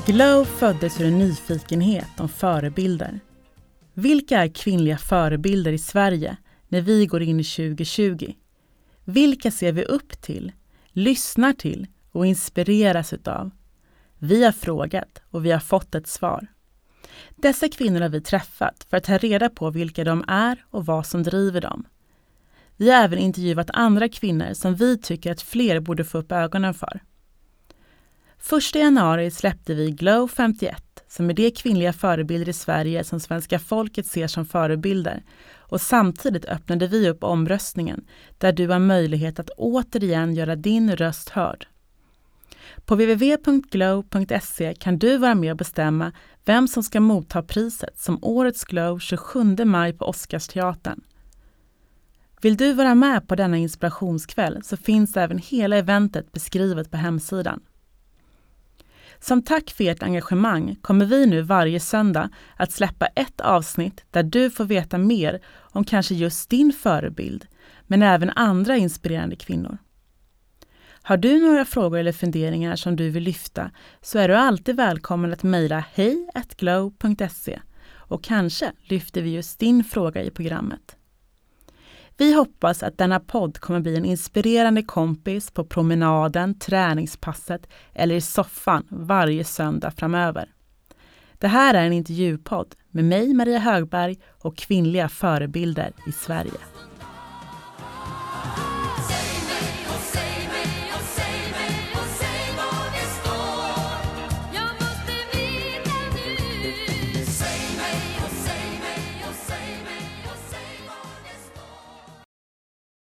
Glow föddes ur en nyfikenhet om förebilder. Vilka är kvinnliga förebilder i Sverige när vi går in i 2020? Vilka ser vi upp till, lyssnar till och inspireras utav? Vi har frågat och vi har fått ett svar. Dessa kvinnor har vi träffat för att ta reda på vilka de är och vad som driver dem. Vi har även intervjuat andra kvinnor som vi tycker att fler borde få upp ögonen för. 1 januari släppte vi Glow 51, som är de kvinnliga förebilder i Sverige som svenska folket ser som förebilder, och samtidigt öppnade vi upp omröstningen där du har möjlighet att återigen göra din röst hörd. På www.glow.se kan du vara med och bestämma vem som ska motta priset som årets Glow 27 maj på Oscarsteatern. Vill du vara med på denna inspirationskväll så finns även hela eventet beskrivet på hemsidan. Som tack för ert engagemang kommer vi nu varje söndag att släppa ett avsnitt där du får veta mer om kanske just din förebild, men även andra inspirerande kvinnor. Har du några frågor eller funderingar som du vill lyfta så är du alltid välkommen att mejla hej@glow.se och kanske lyfter vi just din fråga i programmet. Vi hoppas att denna podd kommer bli en inspirerande kompis på promenaden, träningspasset eller i soffan varje söndag framöver. Det här är en intervjupodd med mig, Maria Högberg, och kvinnliga förebilder i Sverige.